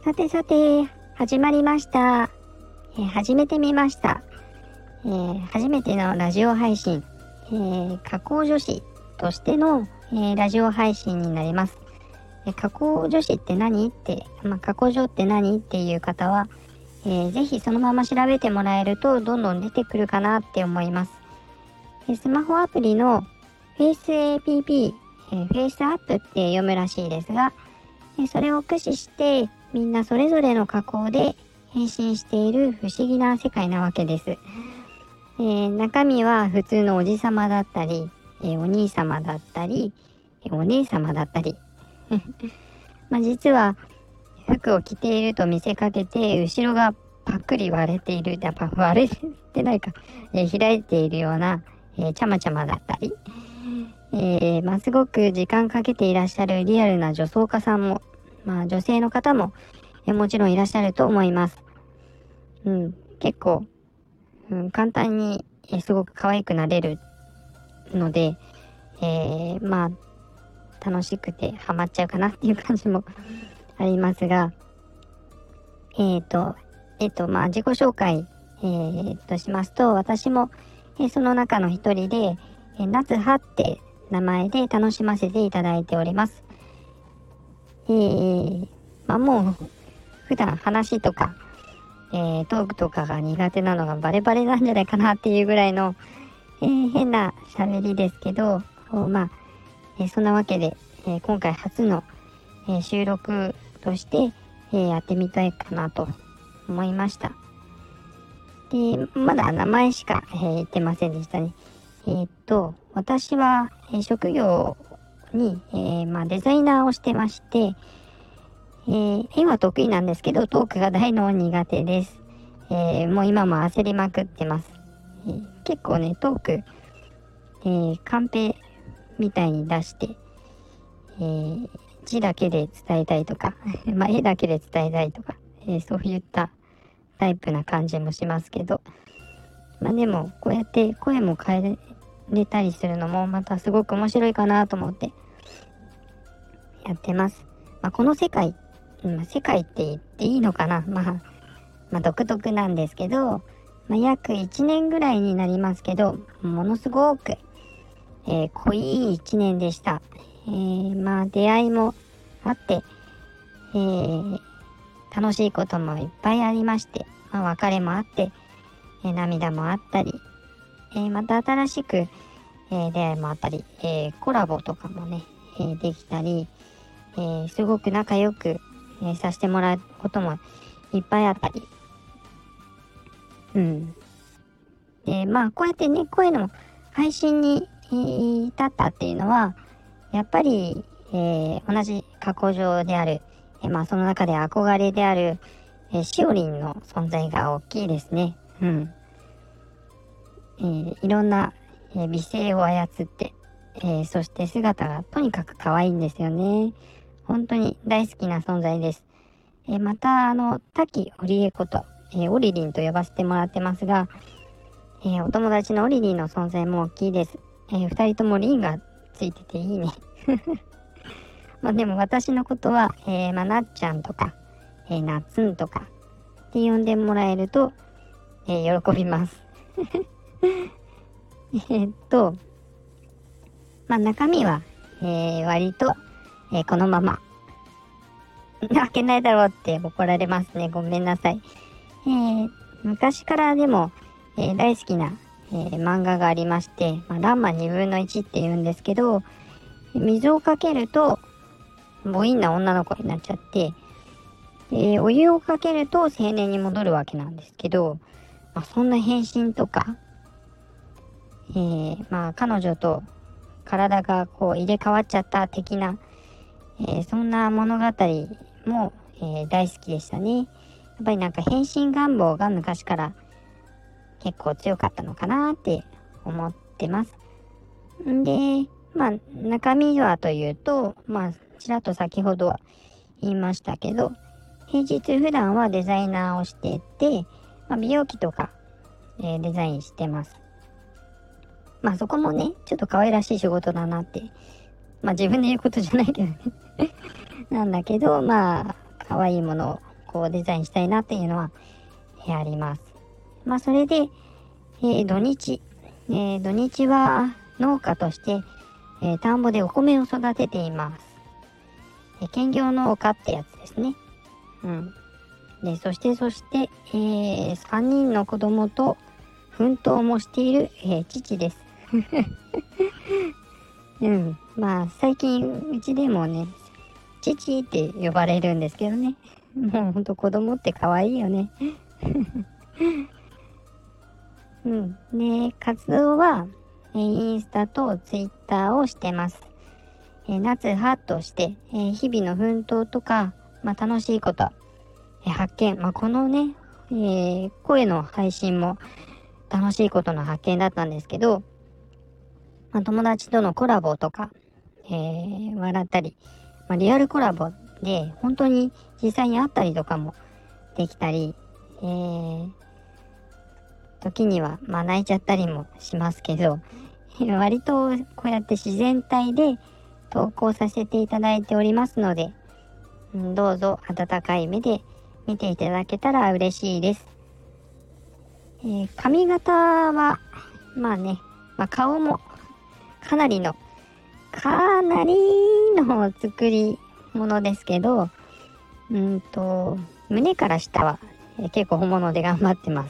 さてさて、始まりました。始めてみました。初めてのラジオ配信、加工女子としての、ラジオ配信になります。加工女子って何って、加工女って何っていう方は、ぜひそのまま調べてもらえるとどんどん出てくるかなって思います。スマホアプリの FaceApp、FaceApp って読むらしいですが、それを駆使してみんなそれぞれの加工で変身している不思議な世界なわけです。中身は普通のおじさまだったり、お兄様だったり、お姉様だったり実は服を着ていると見せかけて後ろがパックリ割れている、割れてないか、開いているような、ちゃまちゃまだったり、すごく時間かけていらっしゃるリアルな女装家さんも、女性の方も、もちろんいらっしゃると思います。結構、簡単に、すごく可愛くなれるので、楽しくてハマっちゃうかなっていう感じもありますが、自己紹介、としますと、私も、その中の一人で、夏葉って名前で楽しませていただいております。もう普段話とか、トークとかが苦手なのがバレバレなんじゃないかなっていうぐらいの、変な喋りですけど、そんなわけで、今回初の、収録として、やってみたいかなと思いました。で、まだ名前しか、言ってませんでしたね。私は、職業に、デザイナーをしてまして、絵は得意なんですけど、トークが大の苦手です。もう今も焦りまくってます。結構ね、トーク、カンペみたいに出して、字だけで伝えたいとか、絵だけで伝えたいとか、そういったタイプな感じもしますけど、でもこうやって声も変えれたりするのもまたすごく面白いかなと思ってやってます。この世界、世界って言っていいのかな、独特なんですけど、約1年ぐらいになりますけど、ものすごく、濃い1年でした。出会いもあって、楽しいこともいっぱいありまして、別れもあって、涙もあったり、また新しく、出会いもあったり、コラボとかもね、できたり、すごく仲良く、させてもらうこともいっぱいあったり、こうやってね、声の配信に至ったっていうのは、やっぱり、同じ加工場である、その中で憧れである、しおりんの存在が大きいですね。いろんな、美声を操って、そして姿がとにかく可愛いんですよね。本当に大好きな存在です。また、滝織江こと、オリリンと呼ばせてもらってますが、お友達のオリリンの存在も大きいです。二人ともリンがついてていいね。でも私のことは、なっちゃんとか、なっつんとかって呼んでもらえると、喜びます。中身は、割と、このまま。開けないだろうって怒られますね。ごめんなさい。昔からでも、大好きな、漫画がありまして、ランマ2分の1って言うんですけど、水をかけると母音な女の子になっちゃって、お湯をかけると青年に戻るわけなんですけど、そんな変身とか、彼女と体がこう入れ替わっちゃった的な、そんな物語も、大好きでしたね。やっぱり変身願望が昔から結構強かったのかなって思ってます。で、中身はというと、ちらっと先ほど言いましたけど、平日普段はデザイナーをしてて、美容器とか、デザインしてます。そこもね、ちょっと可愛らしい仕事だなって、自分で言うことじゃないけどねなんだけど、可愛いものをこうデザインしたいなっていうのは、あります。それで、土日は農家として、田んぼでお米を育てています。兼業農家ってやつですね。で、そして、3人の子供と奮闘もしている、父です。最近、うちでもね、父って呼ばれるんですけどね。もうほんと子供って可愛いよね。で、活動は、インスタとツイッターをしてます。夏葉として、日々の奮闘とか、楽しいこと、発見、このね、声の配信も楽しいことの発見だったんですけど、友達とのコラボとか、笑ったり、リアルコラボで本当に実際に会ったりとかもできたり、時には泣いちゃったりもしますけど、割とこうやって自然体で投稿させていただいておりますので、どうぞ温かい目で見ていただけたら嬉しいです。髪型は顔もかなりの作り物ですけど、胸から下は結構本物で頑張ってます。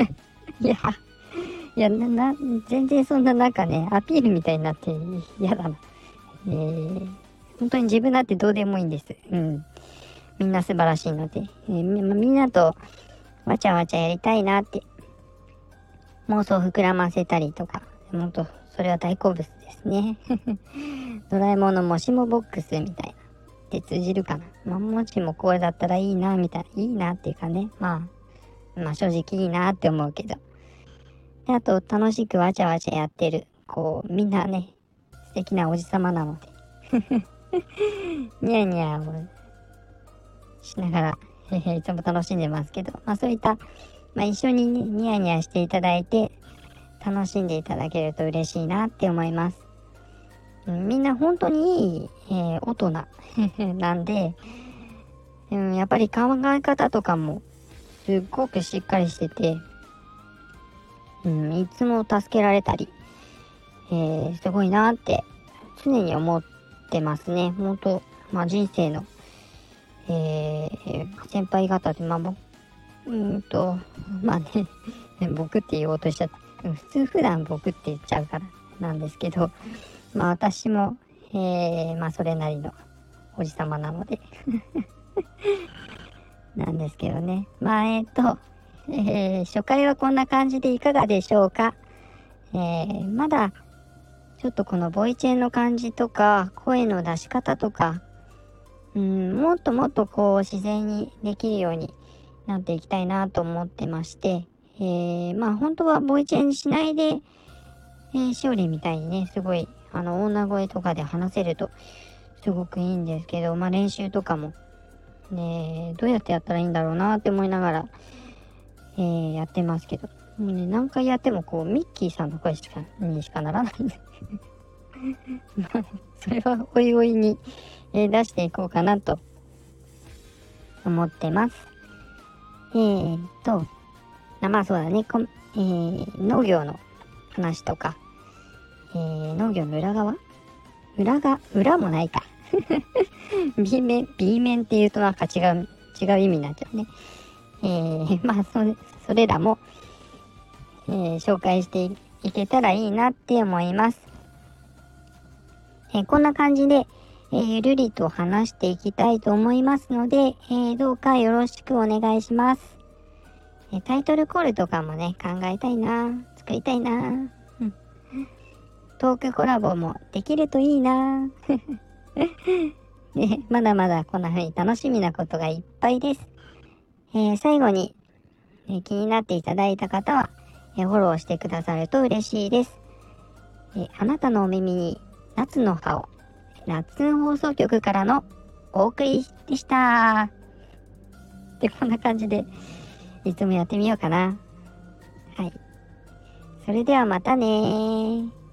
全然そんなアピールみたいになって嫌だな。本当に自分だってどうでもいいんです。みんな素晴らしいので、みんなとわちゃわちゃやりたいなって妄想膨らませたりとか、本当それは大好物ですね。ドラえもんのもしもボックスみたいなって通じるかな。もしもこれだったらいいなみたいな、いいなっていうかね、正直いいなって思うけど、であと楽しくわちゃわちゃやってるみんなね素敵なおじさまなのでニヤニヤをしながらいつも楽しんでますけど、そういった一緒にねニヤニヤしていただいて楽しんでいただけると嬉しいなって思います。みんな本当にいい、大人なんで、やっぱり考え方とかもすっごくしっかりしてて、いつも助けられたり、すごいなって常に思ってますね。本当人生の、先輩方で僕って言おうとしちゃった。普段僕って言っちゃうからなんですけど、私も、それなりのおじさまなのでなんですけどね。初回はこんな感じでいかがでしょうか。まだちょっとこのボイチェンの感じとか声の出し方とか、もっともっと自然にできるようになっていきたいなと思ってまして、本当はボイチェンしないで、しおりみたいにねすごい女声とかで話せるとすごくいいんですけど、練習とかもねどうやってやったらいいんだろうなって思いながら、やってますけど、もうね何回やってもミッキーさんの声にしかならないんでそれはおいおいに、出していこうかなと思ってます。そうだね、農業の話とか、農業の裏もないかB 面っていうと違う意味になっちゃうね。それらも、紹介していけたらいいなって思います。こんな感じで、ゆるりと話していきたいと思いますので、どうかよろしくお願いします。タイトルコールとかもね考えたいな、作りたいな、トークコラボもできるといいなでまだまだこんな風に楽しみなことがいっぱいです。最後に、気になっていただいた方は、フォローしてくださると嬉しいです。あなたのお耳に夏の葉を、夏放送局からのお送りでした。でこんな感じでいつもやってみようかな。はい。それではまたねー。